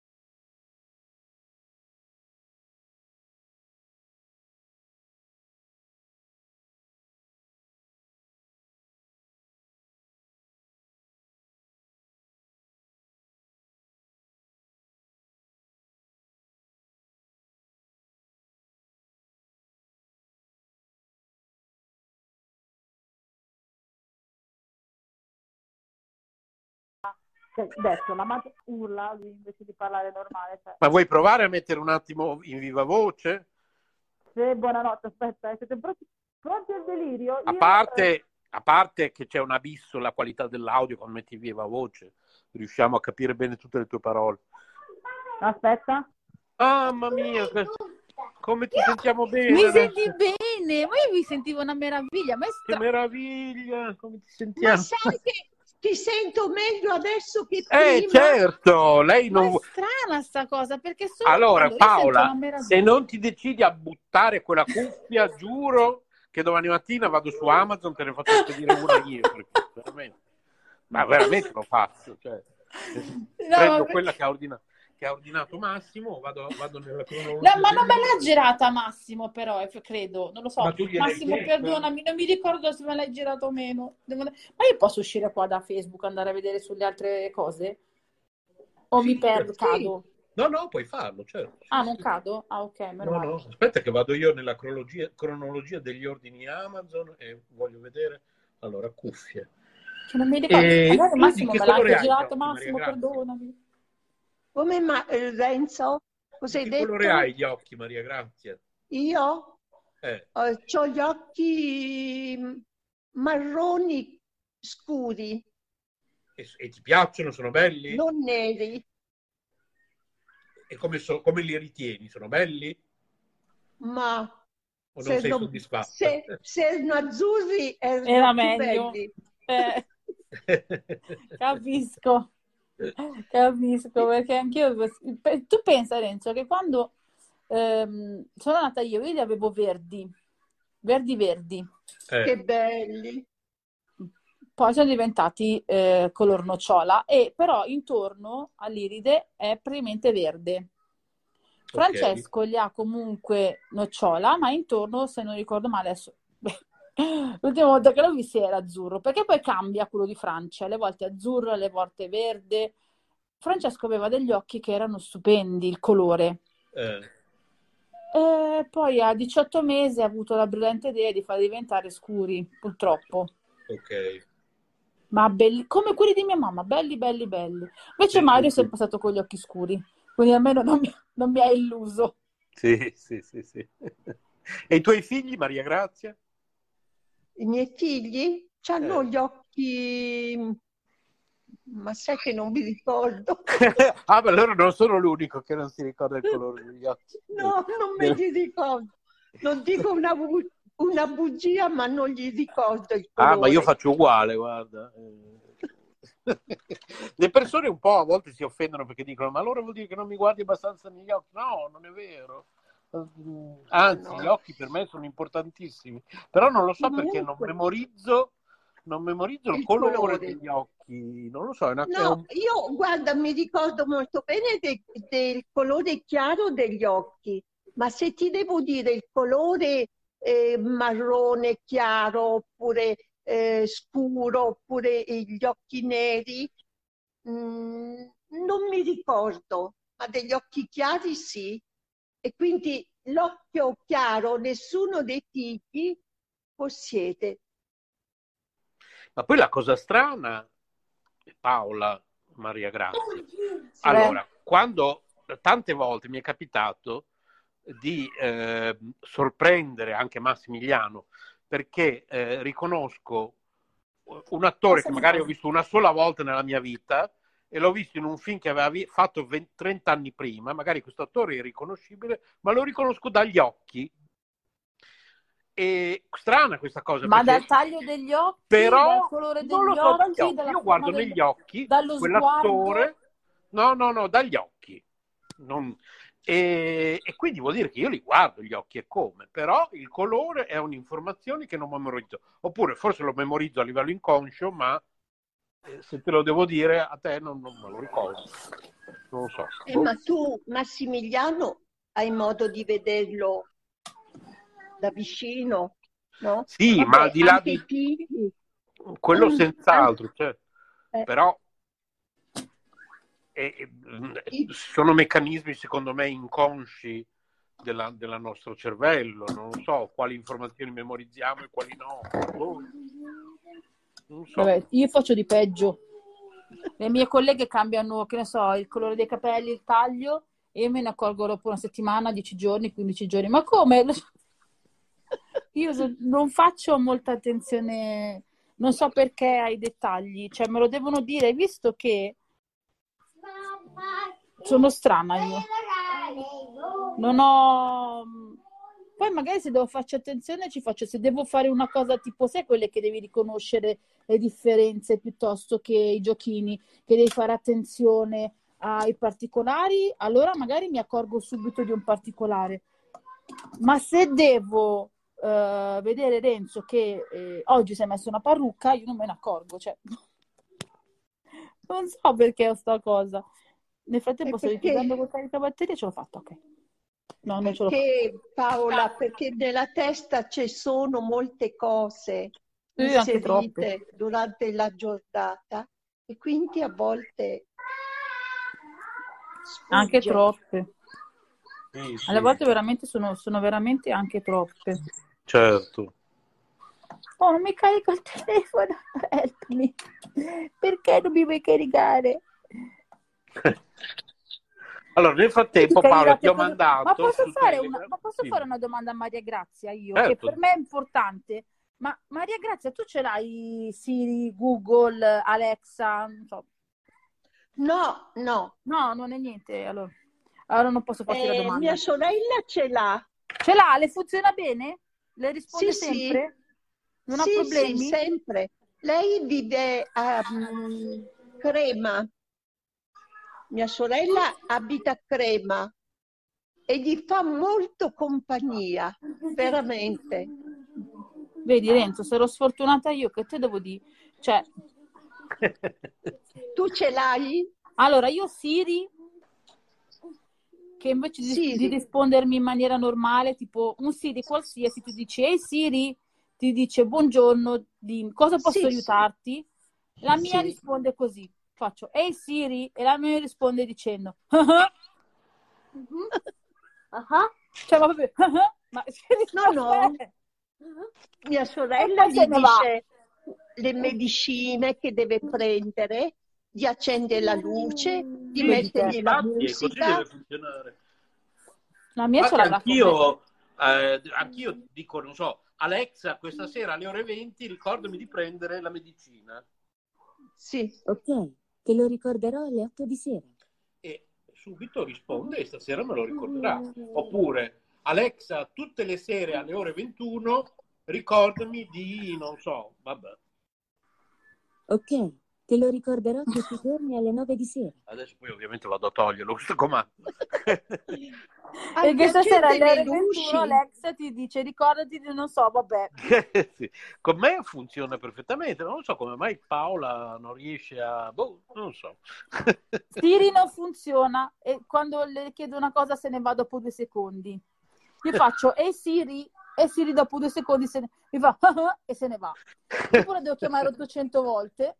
detto, la madre urla lui invece di parlare normale. Cioè... Ma vuoi provare a mettere un attimo in viva voce? Sì, buonanotte, aspetta, siete pronti al delirio? A parte che c'è un abisso la qualità dell'audio quando metti viva voce, riusciamo a capire bene tutte le tue parole. Aspetta. Mamma mia, come ti sentiamo bene Mi adesso. senti bene? Ma io mi sentivo una meraviglia. Ma che meraviglia, come ti sentiamo? Ma sai che ti sento meglio adesso che prima? Certo, lei non... Ma è strana sta cosa, perché solo Allora, quando io sento Paola, una meraviglia. se non ti decidi a buttare quella cuffia, giuro che domani mattina vado su Amazon, te ne faccio spedire una io, perché veramente, ma veramente lo faccio, cioè, prendo quella che ha ordinato Massimo, vado nella cronologia. No, ma non me l'ha girata Massimo, però, credo, non lo so. Massimo, perdonami, non mi ricordo se me l'hai girato o meno. Ma io posso uscire qua da Facebook, andare a vedere sulle altre cose? O mi perdo, cado? No, puoi farlo, certo. Ah, non cado? Ah, ok, meno male. No, aspetta che vado io nella cronologia degli ordini Amazon e voglio vedere, allora, cuffie. Che non mi ricordo, magari Massimo me l'ha anche girato, Maria, Massimo, perdonami. Come Renzo? Cosa hai detto? Che colore hai gli occhi, Maria Grazia? Io? Ho gli occhi marroni scuri. E ti piacciono? Sono belli? Non neri. E come li ritieni? Sono belli? Ma o non sei soddisfatta? Se erano azzurri era meglio. Belli. Capisco, perché anch'io... Tu pensa, Renzo, che quando sono nata io li avevo verdi. Che belli. Poi sono diventati color nocciola, e però intorno all'iride è praticamente verde. Francesco li ha comunque nocciola, ma intorno, se non ricordo male, adesso... l'ultima volta che l'ho visto era azzurro, perché poi cambia quello di Francia, alle volte azzurro, alle volte verde. Francesco aveva degli occhi che erano stupendi, il colore. E poi a 18 mesi ha avuto la brillante idea di farli diventare scuri, purtroppo. Ok. Ma belli, come quelli di mia mamma, belli. Invece Mario è sempre stato con gli occhi scuri, quindi almeno non mi ha illuso. Sì. E i tuoi figli, Maria Grazia? I miei figli hanno gli occhi, ma sai che non mi ricordo. Ma allora non sono l'unico che non si ricorda il colore degli occhi. No, non me li ricordo. Non dico una bugia, ma non gli ricordo il colore. Ma io faccio uguale, guarda. Le persone un po' a volte si offendono perché dicono: ma allora vuol dire che non mi guardi abbastanza negli occhi? No, non è vero. Anzi, gli occhi per me sono importantissimi, però non lo so perché non memorizzo il colore degli occhi, non lo so. Io guarda, mi ricordo molto bene del colore chiaro degli occhi, ma se ti devo dire il colore marrone chiaro oppure scuro oppure gli occhi neri, non mi ricordo, ma degli occhi chiari sì. E quindi l'occhio chiaro nessuno dei figli possiede. Ma poi la cosa strana, Paola, Maria Grazia, allora, quando tante volte mi è capitato di sorprendere anche Massimiliano, perché riconosco un attore che magari ho visto una sola volta nella mia vita, e l'ho visto in un film che aveva fatto 30 anni prima, magari questo attore è irriconoscibile, ma lo riconosco dagli occhi. E strana questa cosa. Ma dal taglio degli occhi, però, dal colore degli non lo so, occhi, io guardo negli occhi dallo quell'attore. No, dagli occhi. E quindi vuol dire che io li guardo gli occhi e come, però il colore è un'informazione che non memorizzo. Oppure forse lo memorizzo a livello inconscio, ma se te lo devo dire a te non me lo ricordo, non lo so. Ma tu, Massimiliano, hai modo di vederlo da vicino, no? Sì, vabbè, ma al di là di figli. quello senz'altro, cioè, però sono meccanismi secondo me inconsci del nostro cervello, non so quali informazioni memorizziamo e quali no. Non so. Vabbè, io faccio di peggio. Le mie colleghe cambiano, che ne so, il colore dei capelli, il taglio, e io me ne accorgo dopo una settimana, 10 giorni, 15 giorni. Ma come? Non faccio molta attenzione, non so perché ai dettagli, cioè me lo devono dire, visto che sono strana io. Non ho... Poi magari se faccio attenzione se devo fare una cosa tipo, sai quelle che devi riconoscere le differenze piuttosto che i giochini, che devi fare attenzione ai particolari, allora magari mi accorgo subito di un particolare. Ma se devo vedere Renzo che oggi si è messo una parrucca, io non me ne accorgo, cioè non so perché ho sta cosa. Nel frattempo sto litigando col caricabatterie, ce l'ho fatta, ok. No, non ce l'ho fatta. Paola, perché nella testa ci sono molte cose anche troppe inserite durante la giornata e quindi a volte sfugge. Anche troppe. Sì. Alle volte veramente sono veramente anche troppe. Certo. Oh, non mi carico il telefono, help me. Perché non mi vuoi caricare? Allora, nel frattempo, Paola, ti ho mandato. Ma posso fare una domanda a Maria Grazia io? Certo. Che per me è importante. Ma Maria Grazia, tu ce l'hai Siri, Google, Alexa? Non so. No. No, non è niente. Allora non posso farti la domanda. Mia sorella ce l'ha. Ce l'ha? Le funziona bene? Le risponde sempre? Non ha problemi? Sì, sempre. Lei vive a Crema. Mia sorella abita a Crema e gli fa molto compagnia, veramente. Vedi Renzo, sarò sfortunata io, che te devo dire? Cioè... Tu ce l'hai? Allora, io Siri, che invece di rispondermi in maniera normale, tipo un Siri qualsiasi, tu dici, ehi Siri, ti dice buongiorno, cosa posso aiutarti? La mia risponde così. Faccio ehi Siri e la mia risponde dicendo cioè vabbè ma no mia sorella gli dice le medicine che deve prendere, gli accende la luce, gli mette la musica. Così deve funzionare. La mia anch'io dico, non so, Alexa, questa sera alle ore 20 ricordami di prendere la medicina. Sì. Ok. Te lo ricorderò alle 8 di sera. E subito risponde e stasera me lo ricorderà. Oppure, Alexa, tutte le sere alle ore 21 ricordami di, non so, vabbè. Ok, te lo ricorderò tutti i giorni alle 9 di sera. Adesso poi ovviamente vado a toglierlo questo comando. Perché stasera alle ore 21 Alexa ti dice ricordati di non so, vabbè. Sì. Con me funziona perfettamente, non so come mai Paola non riesce a... non so. Siri non funziona e quando le chiedo una cosa se ne va dopo 2 secondi. Io faccio Siri e Siri dopo 2 secondi mi fa e se ne va. Oppure devo chiamare 800 volte.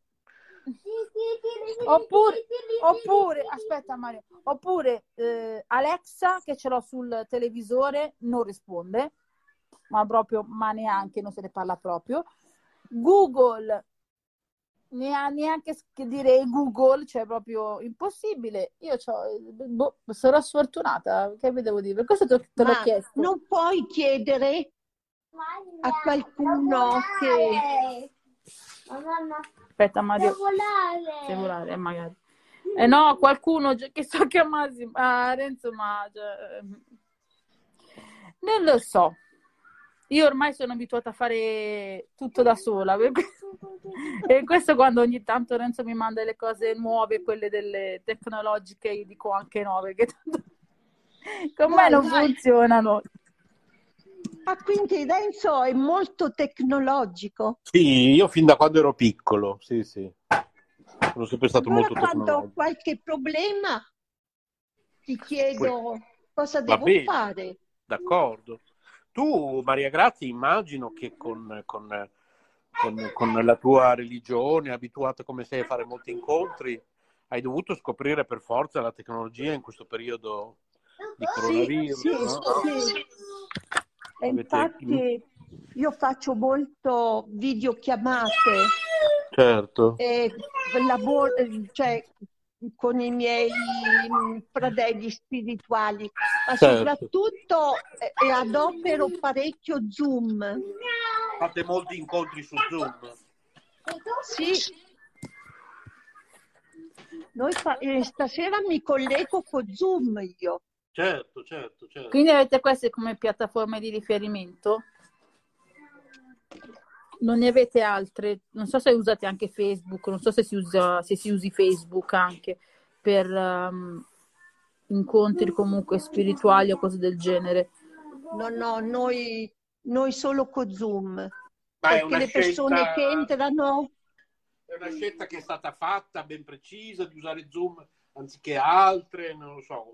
Oppure aspetta Mario, oppure Alexa, che ce l'ho sul televisore, non risponde, ma neanche, non se ne parla proprio. Google neanche che dire Google, cioè proprio impossibile. Io sarò sfortunata, che vi devo dire? Per questo te l'ho chiesto. Non puoi chiedere a qualcuno che... Aspetta Mario, se volare magari. No, qualcuno che sto chiamando Renzo, ma non lo so. Io ormai sono abituata a fare tutto da sola e questo quando ogni tanto Renzo mi manda le cose nuove, quelle delle tecnologiche, io dico anche no, perché tanto con me non funzionano. Quindi Renzo è molto tecnologico. Sì, io fin da quando ero piccolo, sì. Sono sempre stato molto tecnologico. Quando ho qualche problema ti chiedo cosa devo fare. D'accordo. Tu, Maria Grazia, immagino che con la tua religione, abituata come sei a fare molti incontri, hai dovuto scoprire per forza la tecnologia in questo periodo di coronavirus. Sì. E infatti io faccio molto videochiamate. Certo. E con i miei fratelli spirituali, ma Certo. soprattutto adopero parecchio Zoom. Fate molti incontri su Zoom? Sì. Stasera mi collego con Zoom io. Certo. Quindi avete queste come piattaforme di riferimento? Non ne avete altre? Non so se usate anche Facebook, non so se si usi Facebook anche per incontri comunque spirituali o cose del genere. No, noi solo con Zoom. Ma perché le persone che entrano... È una scelta che è stata fatta ben precisa di usare Zoom anziché altre, non lo so.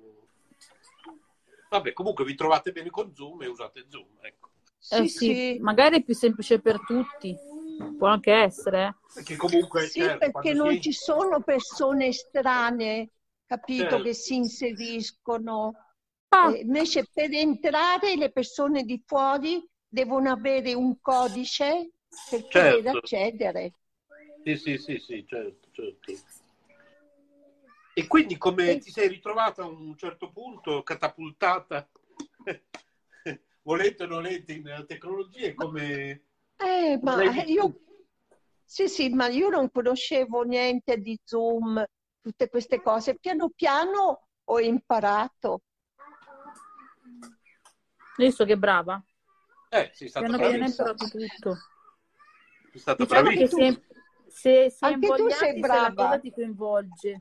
Vabbè, comunque vi trovate bene con Zoom e usate Zoom, ecco. Sì, magari è più semplice per tutti, può anche essere. Perché comunque, sì, certo, perché non ci sono persone estranee, capito, certo, che si inseriscono. Invece per entrare le persone di fuori devono avere un codice per poter accedere. Sì, certo. E quindi come ti sei ritrovata a un certo punto catapultata, volete o non volete, nella tecnologia? Come... ma io non conoscevo niente di Zoom, tutte queste cose. Piano piano ho imparato. Visto che brava. Sei stata bravissima. Piano piano tutto. Sei stata diciamo bravissima. Che se anche tu sei brava. Se la cosa ti coinvolge.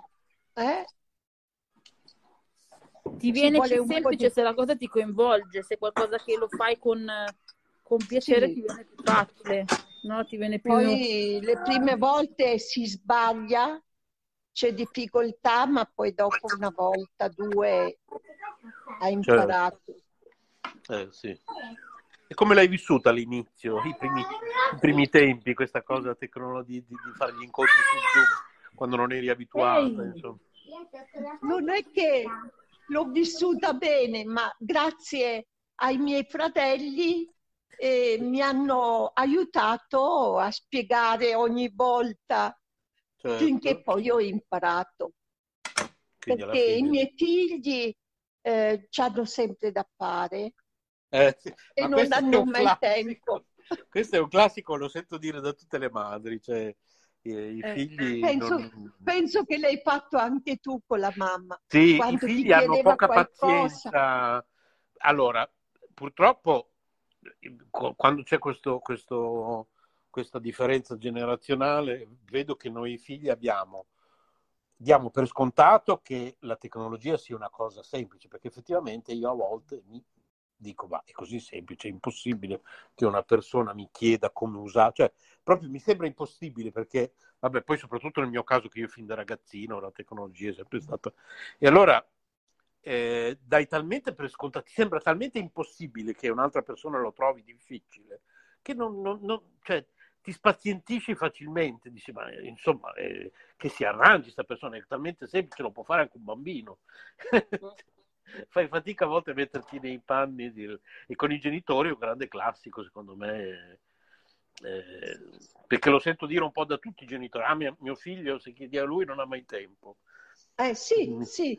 Ti Ci viene vuole più un po' semplice di... se la cosa ti coinvolge, se qualcosa che lo fai con piacere ti viene più facile, no? Ti viene più... Poi le prime volte si sbaglia, c'è difficoltà, ma poi dopo una volta, due, hai imparato. Sì. E come l'hai vissuta all'inizio, i primi tempi, questa cosa di fare gli incontri su Zoom, quando non eri abituata? Insomma. Non è che l'ho vissuta bene, ma grazie ai miei fratelli mi hanno aiutato a spiegare ogni volta, finché poi ho imparato. Quindi perché i miei figli ci hanno sempre da fare e non hanno mai tempo. Questo è un classico, lo sento dire da tutte le madri, cioè i figli... Penso che l'hai fatto anche tu con la mamma. Sì, i figli hanno poca pazienza. Allora, purtroppo, quando c'è questa differenza generazionale, vedo che noi figli diamo per scontato che la tecnologia sia una cosa semplice, perché effettivamente io a volte mi dico, ma è così semplice, è impossibile che una persona mi chieda come usare, cioè proprio mi sembra impossibile, perché vabbè, poi soprattutto nel mio caso che io fin da ragazzino la tecnologia è sempre stata, e allora dai talmente per scontato, ti sembra talmente impossibile che un'altra persona lo trovi difficile che cioè, ti spazientisci facilmente, dici, ma insomma che si arrangi questa persona, è talmente semplice, lo può fare anche un bambino. Fai fatica a volte a metterti nei panni e con i genitori è un grande classico secondo me, perché lo sento dire un po' da tutti i genitori, mio figlio se chiedi a lui non ha mai tempo. Sì.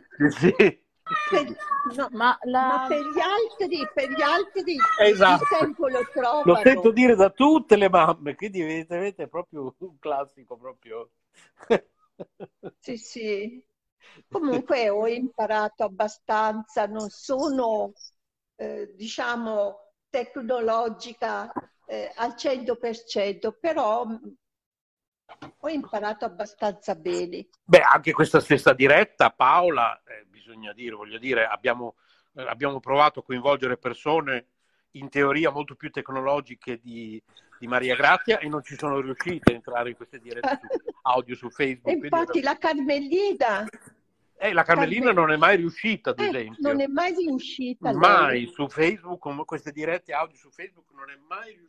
Ma per gli altri esatto. Il tempo lo trovano. Lo sento dire da tutte le mamme, quindi evidentemente è proprio un classico proprio. Sì. Comunque ho imparato abbastanza, non sono diciamo tecnologica al 100%, però ho imparato abbastanza bene. Beh, anche questa stessa diretta, Paola, bisogna dire, voglio dire, abbiamo provato a coinvolgere persone in teoria molto più tecnologiche di Maria Grazia e non ci sono riuscite a entrare in queste dirette audio su Facebook. E infatti la Carmelina... la Carmelina non è mai riuscita, ad esempio. Non è mai riuscita. Mai lei. Su Facebook, con queste dirette audio su Facebook non è mai riuscita.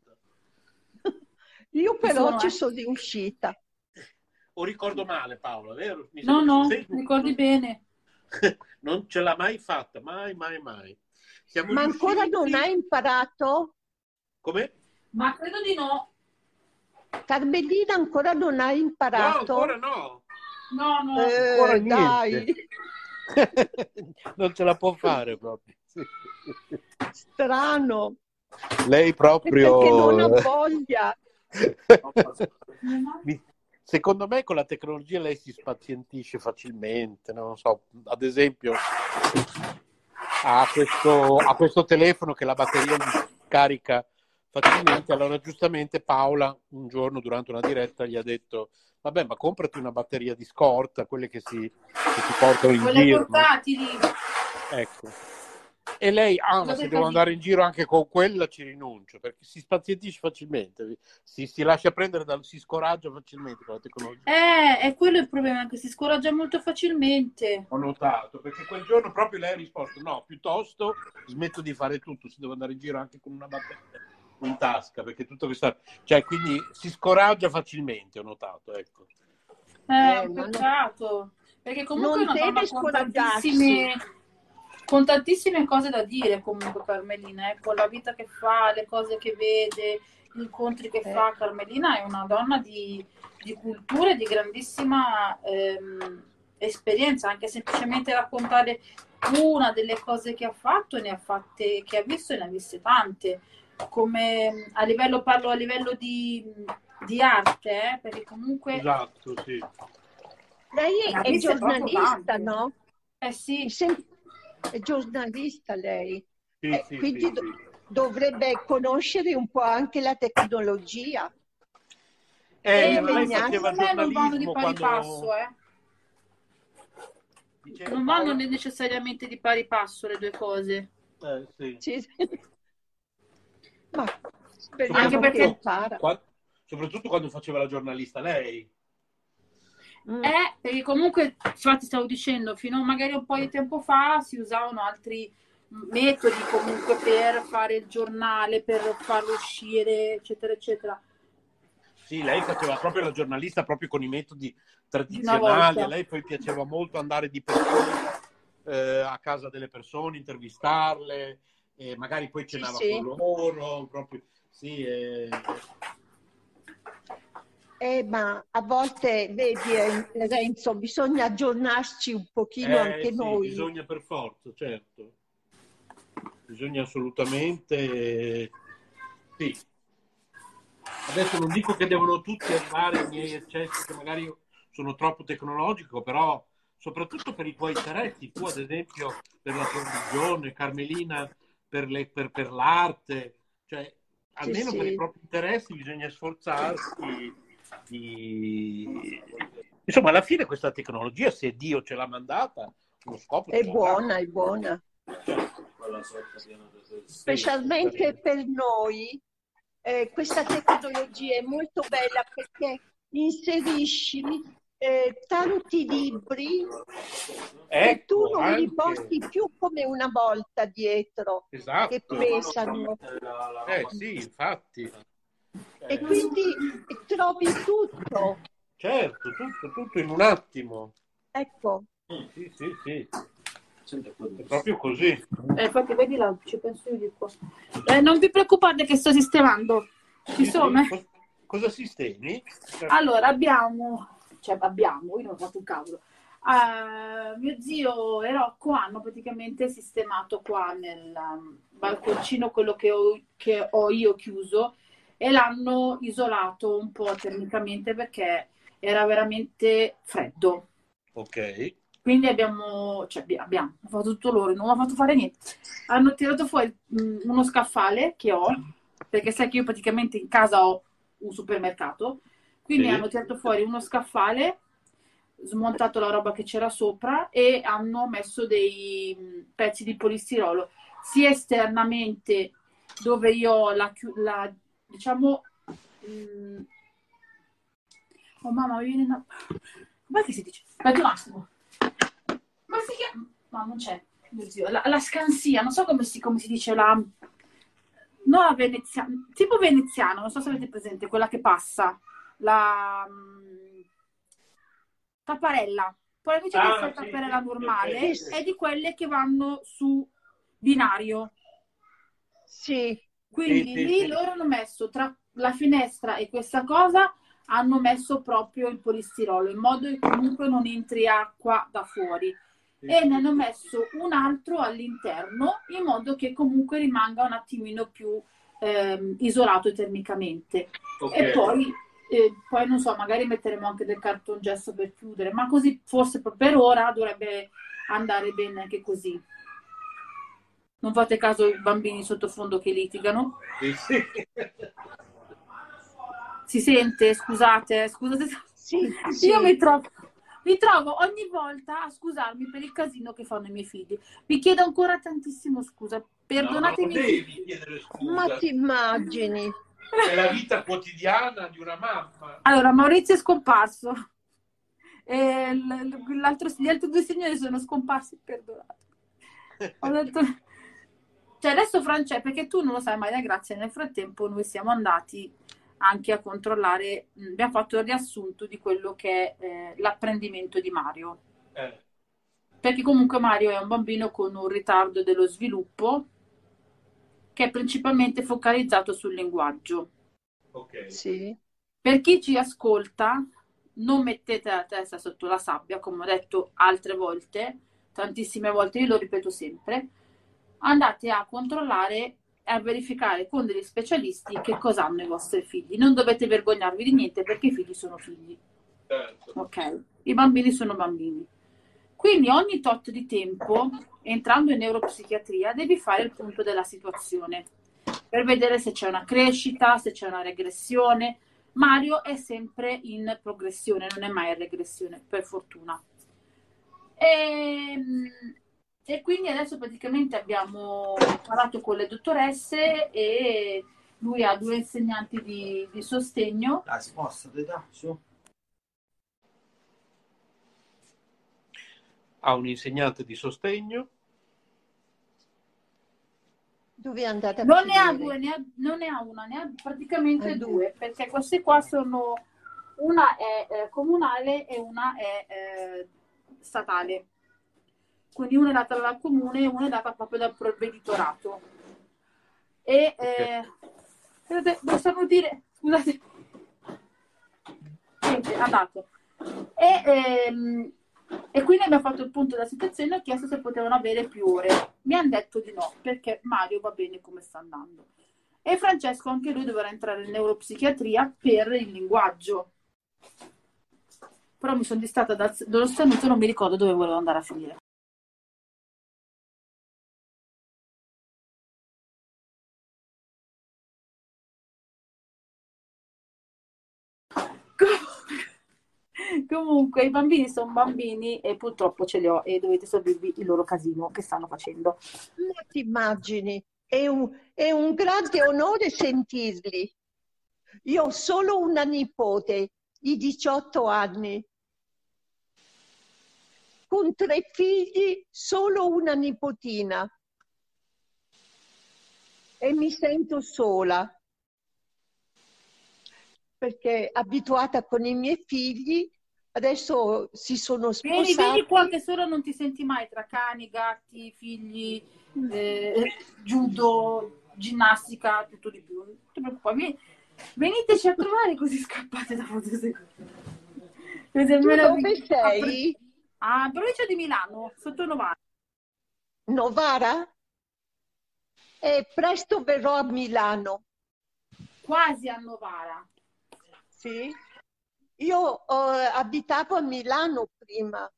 Io però ci sono riuscita. O ricordo male, Paola, vero? No, ricordi bene. Non ce l'ha mai fatta, mai. Siamo Ma riusciti... ancora non hai imparato? Come? Ma credo di no. Carmelina, ancora non hai imparato? No, ancora no. No, no. Ancora Dai, niente. Non ce la può fare proprio. Sì. strano. Lei Perché non ha proprio... voglia. Secondo me con la tecnologia lei si spazientisce facilmente, no? Non so, ad esempio ha questo telefono che la batteria gli carica facilmente, allora giustamente Paola un giorno durante una diretta gli ha detto: vabbè, ma comprati una batteria di scorta, quelle che si portano in Quelle giro, no? portatili. Ecco. E lei, ma se devo andare in giro anche con quella ci rinuncio, perché si spazientisce facilmente, si lascia prendere, si scoraggia facilmente con la tecnologia. È quello il problema, che si scoraggia molto facilmente. Ho notato, perché quel giorno proprio lei ha risposto: no, piuttosto smetto di fare tutto, se devo andare in giro anche con una batteria in tasca, perché tutto questa... Cioè, quindi si scoraggia facilmente, ho notato, ecco. Un peccato, perché comunque è una donna con tantissime cose da dire, comunque Carmelina, con la vita che fa, le cose che vede, gli incontri che fa. Carmelina è una donna di cultura e di grandissima esperienza, anche semplicemente raccontare una delle cose che ha fatto, ne ha fatte, che ha visto e ne ha viste tante, come parlo a livello di arte, perché comunque... Esatto, sì. Lei è giornalista, no? Sì. È giornalista lei. Sì, quindi sì. Dovrebbe conoscere un po' anche la tecnologia. Lei faceva non vanno di pari quando... passo, non vanno necessariamente di pari passo le due cose. Sì. Ma anche perché soprattutto quando faceva la giornalista lei. Perché comunque, infatti stavo dicendo, fino a magari un po' di tempo fa si usavano altri metodi comunque per fare il giornale, per farlo uscire, eccetera, eccetera. Sì, lei faceva proprio la giornalista proprio con i metodi tradizionali. A lei poi piaceva molto andare di persona a casa delle persone, intervistarle, e magari poi cenava con loro. Proprio. Sì, ma a volte, vedi, Renzo, bisogna aggiornarci un pochino anche noi. Bisogna per forza, certo. Bisogna assolutamente... Sì. Adesso non dico che devono tutti arrivare ai miei eccessi, che magari io sono troppo tecnologico, però soprattutto per i tuoi interessi, tu ad esempio per la tua religione, Carmelina per l'arte, cioè almeno per i propri interessi bisogna sforzarsi Insomma, alla fine questa tecnologia, se Dio ce l'ha mandata, lo scopo è buona, è buona. Specialmente per noi, questa tecnologia è molto bella perché inserisci tanti libri che tu non li porti più come una volta dietro, che pesano. Sì, infatti. E quindi trovi tutto. Certo, tutto in un attimo. Ecco. Sì. È proprio così. Infatti, vedi là, ci penso io di qua. Non vi preoccupate che sto sistemando. Cosa sistemi? Allora, io non ho fatto un cavolo. Mio zio e Rocco hanno praticamente sistemato qua nel balconcino quello che ho io chiuso, e l'hanno isolato un po' termicamente perché era veramente freddo. Ok. Quindi abbiamo fatto tutto loro, non ho fatto fare niente. Hanno tirato fuori uno scaffale che ho, perché sai che io praticamente in casa ho un supermercato, quindi hanno tirato fuori uno scaffale, smontato la roba che c'era sopra e hanno messo dei pezzi di polistirolo sia esternamente dove io ho diciamo oh mamma, mi viene una... Com'è che si dice? Aspetta un attimo. Come si chiama? No, non c'è. Mio zio. La scansia, non so come si dice no, la veneziana, tipo veneziano, non so se avete presente, quella che passa, la tapparella. Poi invece di fare tapparella normale, è di quelle che vanno su binario. Sì. Quindi lì loro hanno messo tra la finestra e questa cosa, hanno messo proprio il polistirolo, in modo che comunque non entri acqua da fuori. E ne hanno messo un altro all'interno, in modo che comunque rimanga un attimino più isolato termicamente. E poi non so, magari metteremo anche del cartongesso per chiudere, ma così forse per ora dovrebbe andare bene anche così. Non fate caso ai bambini sottofondo che litigano? Sì. Si sente? Scusate. Sì. Io mi trovo ogni volta a scusarmi per il casino che fanno i miei figli. Vi chiedo ancora tantissimo scusa. Perdonatemi. No, non devi chiedere scusa. Ma ti immagini? È la vita quotidiana di una mamma. Allora, Maurizio è scomparso. E gli altri due signori sono scomparsi, perdonate. Ho detto... Cioè adesso Francesco, perché tu non lo sai, Maria Grazia, nel frattempo noi siamo andati anche a controllare, abbiamo fatto il riassunto di quello che è l'apprendimento di Mario. Perché comunque Mario è un bambino con un ritardo dello sviluppo che è principalmente focalizzato sul linguaggio. Ok. Sì. Per chi ci ascolta, non mettete la testa sotto la sabbia, come ho detto altre volte, tantissime volte, io lo ripeto sempre, andate a controllare e a verificare con degli specialisti che cosa hanno i vostri figli. Non dovete vergognarvi di niente, perché i figli sono figli. Certo. Ok? I bambini sono bambini. Quindi ogni tot di tempo, entrando in neuropsichiatria, devi fare il punto della situazione per vedere se c'è una crescita, se c'è una regressione. Mario è sempre in progressione, non è mai in regressione, per fortuna. E quindi adesso praticamente abbiamo parlato con le dottoresse e lui ha 2 insegnanti di sostegno. La sposta, ti dà su. Ha un insegnante di sostegno. Dove è andata a Non finire? ne ha 2, non ne ha una, ne ha praticamente 2, perché queste qua sono, una è comunale e una è statale. Quindi una è data dal comune e una è data proprio dal provveditorato. E devo starnutire, scusate. Niente, è andato. E quindi abbiamo fatto il punto della situazione e ho chiesto se potevano avere più ore. Mi hanno detto di no, perché Mario va bene come sta andando. E Francesco, anche lui dovrà entrare in neuropsichiatria per il linguaggio. Però mi sono distratta dallo starnuto e non mi ricordo dove volevo andare a finire. Comunque i bambini sono bambini e purtroppo ce li ho e dovete sorbirvi il loro casino che stanno facendo. Ma ti immagini? È un grande onore sentirli. Io ho solo una nipote di 18 anni. Con 3 figli, solo una nipotina. E mi sento sola. Perché abituata con i miei figli, adesso si sono sposati. Vieni qua che solo non ti senti mai tra cani, gatti, figli, judo, ginnastica, tutto di più. Non ti preoccupare, veniteci a trovare così scappate da fotosecondi. Dove sei? A provincia di Milano, sotto Novara. Novara? Presto verrò a Milano. Quasi a Novara. Sì. Io abitavo a Milano prima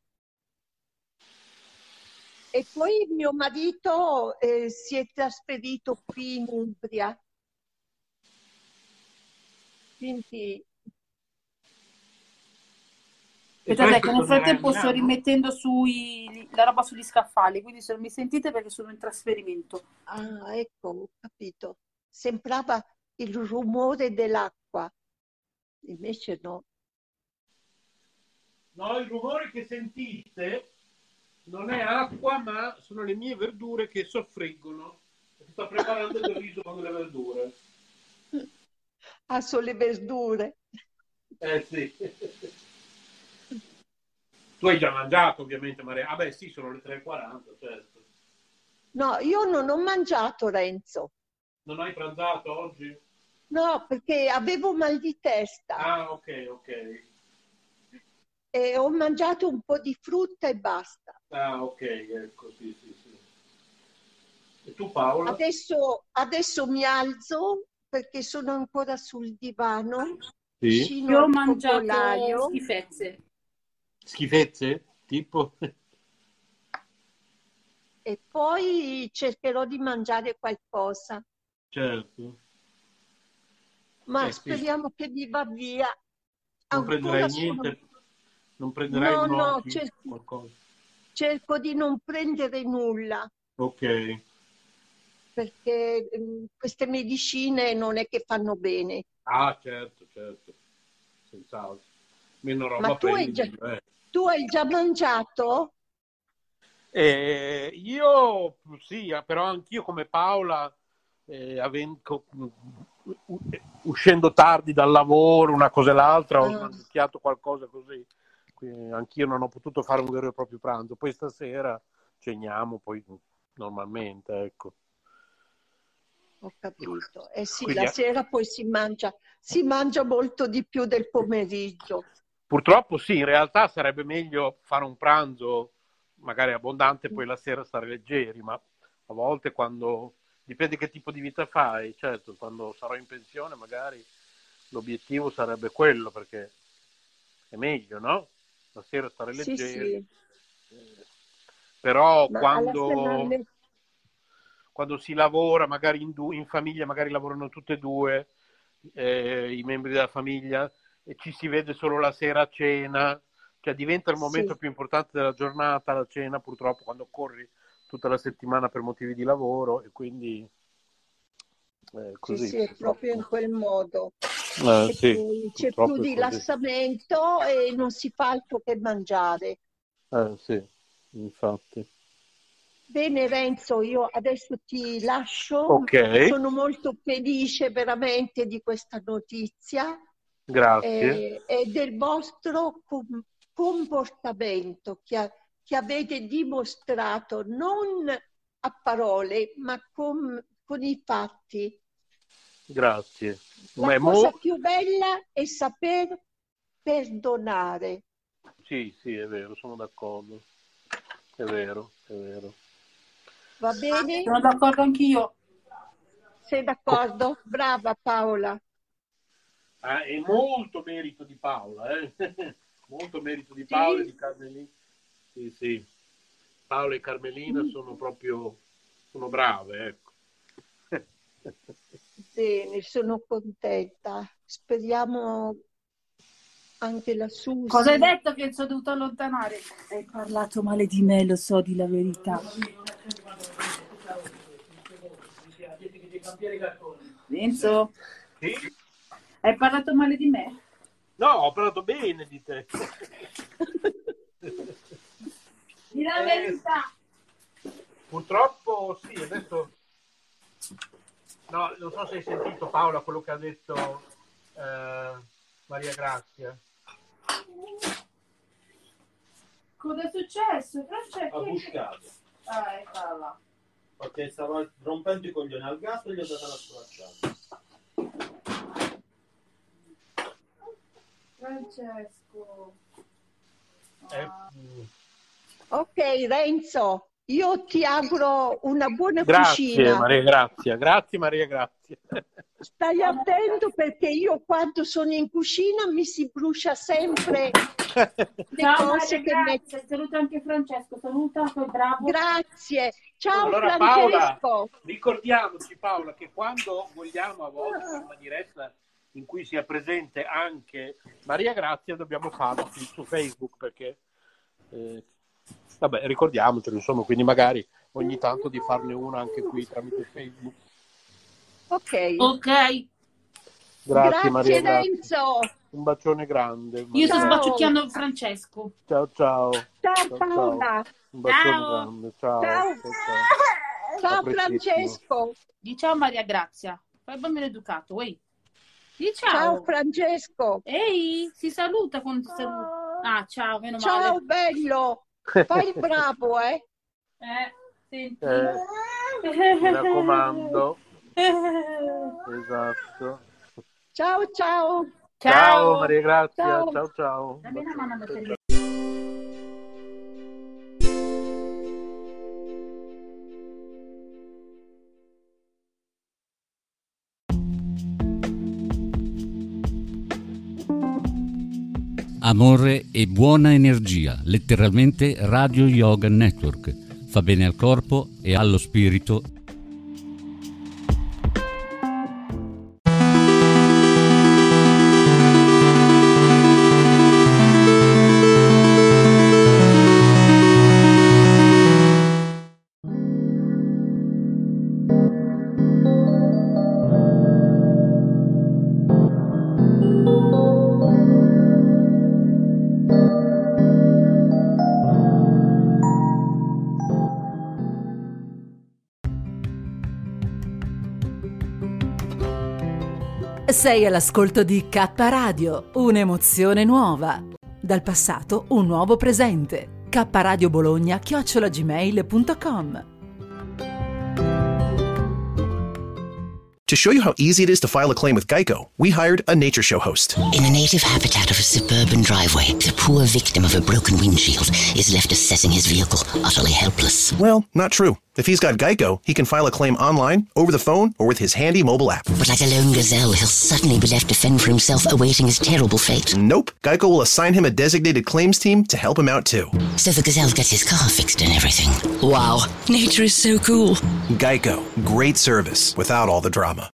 e poi mio marito si è trasferito qui in Umbria. Quindi... Aspettate che nel frattempo sto rimettendo la roba sugli scaffali, quindi se non mi sentite perché sono in trasferimento. Ah, ecco, ho capito. Sembrava il rumore dell'acqua. Invece no. No, il rumore che sentite non è acqua, ma sono le mie verdure che soffriggono. Sto preparando del riso con le verdure. Ah, sono le verdure. Sì. Tu hai già mangiato, ovviamente, Maria. Ah beh, sì, sono le 3:40, certo. No, io non ho mangiato, Renzo. Non hai pranzato oggi? No, perché avevo mal di testa. Ah, ok. E ho mangiato un po' di frutta e basta. Ah, ok, ecco, sì. E tu, Paola? Adesso mi alzo perché sono ancora sul divano. Sì. Io ho mangiato schifezze. Schifezze? Tipo? E poi cercherò di mangiare qualcosa. Certo. Ma Sì. speriamo che mi va via. Non prenderai niente? Non prenderai No, qualcosa? cerco di non prendere nulla. Ok. Perché queste medicine non è che fanno bene. Ah, certo. Senz'altro. Meno roba Ma tu hai già mangiato? Io sì, però anch'io come Paola, uscendo tardi dal lavoro, una cosa e l'altra, ho mangiato qualcosa così. Quindi anch'io non ho potuto fare un vero e proprio pranzo. Poi stasera ceniamo, poi normalmente, ecco. Ho capito. Sì, Quindi, la sera poi si mangia molto di più del pomeriggio. Purtroppo sì, in realtà sarebbe meglio fare un pranzo magari abbondante e poi la sera stare leggeri, ma a volte dipende che tipo di vita fai, certo, quando sarò in pensione magari l'obiettivo sarebbe quello, perché è meglio, no? La sera stare leggeri. Sì. Però Ma quando si lavora, magari in famiglia, magari lavorano tutte e due i membri della famiglia, e ci si vede solo la sera a cena, cioè diventa il momento più importante della giornata, la cena, purtroppo, quando corri tutta la settimana per motivi di lavoro, e quindi così. Sì, è proprio in quel modo. Sì, poi c'è più rilassamento e non si fa altro che mangiare. Sì, infatti. Bene Renzo, io adesso ti lascio. Ok. Sono molto felice veramente di questa notizia. Grazie. E del vostro comportamento che avete dimostrato non a parole, ma con i fatti. Grazie. La cosa più bella è saper perdonare. Sì, è vero, sono d'accordo. È vero. Va bene? Sono d'accordo anch'io. Sei d'accordo? Brava Paola. È molto merito di Paola, molto merito di Paola e di Carmelina. Sì. Paola e Carmelina sono brave, ecco. Bene, sono contenta. Speriamo anche la Susi. Cosa hai detto che sono dovuto allontanare? Hai parlato male di me, lo so, di la verità. Renzo? Sì? Hai parlato male di me? No, ho parlato bene di te. Di la verità. Purtroppo sì, adesso... No, non so se hai sentito Paola quello che ha detto Maria Grazia. Cosa è successo? Ha buscato. Eccola. Perché stava rompendo i coglioni al gatto e gli ho dato la sculacciata. Francesco. Ok, Renzo, io ti auguro una buona Grazie, cucina. Maria Grazia. Grazie, Maria Grazia. Stai attento perché io quando sono in cucina mi si brucia sempre le cose che metto. Saluta anche Francesco, saluta, sei bravo. Grazie. Ciao allora, Francesco. Paola, ricordiamoci Paola che quando vogliamo a volte fare una diretta in cui sia presente anche Maria Grazia dobbiamo farlo su Facebook, perché vabbè, ricordiamocelo, insomma, quindi magari ogni tanto di farne una anche qui tramite Facebook. Ok. Grazie Maria Renzo. Un bacione grande. Io sto sbaciucchiando Francesco. Ciao. Ciao Paola. Un bacione grande. Ciao Francesco. Di ciao Maria Grazia. Fai bambino educato, uè. Di ciao. Ciao Francesco. Ehi, si saluta quando ti saluta. Ah, ciao, meno male. Ciao bello. Fai il bravo, Senti. Mi raccomando. Esatto. Ciao, ciao. Ciao Maria Grazia, Ciao. ciao ciao. Dammi una mano a mettere. Amore e buona energia, letteralmente Radio Yoga Network. Fa bene al corpo e allo spirito. Sei all'ascolto di K Radio, un'emozione nuova. Dal passato un nuovo presente. kradiobologna@gmail.com. To show you how easy it is to file a claim with Geico, we hired a nature show host. In the native habitat of a suburban driveway, the poor victim of a broken windshield is left assessing his vehicle, utterly helpless. Well, not true. If he's got Geico, he can file a claim online, over the phone, or with his handy mobile app. But like a lone gazelle, he'll suddenly be left to fend for himself, awaiting his terrible fate. Nope. Geico will assign him a designated claims team to help him out too. So the gazelle gets his car fixed and everything. Wow, nature is so cool. Geico. Great service without all the drama.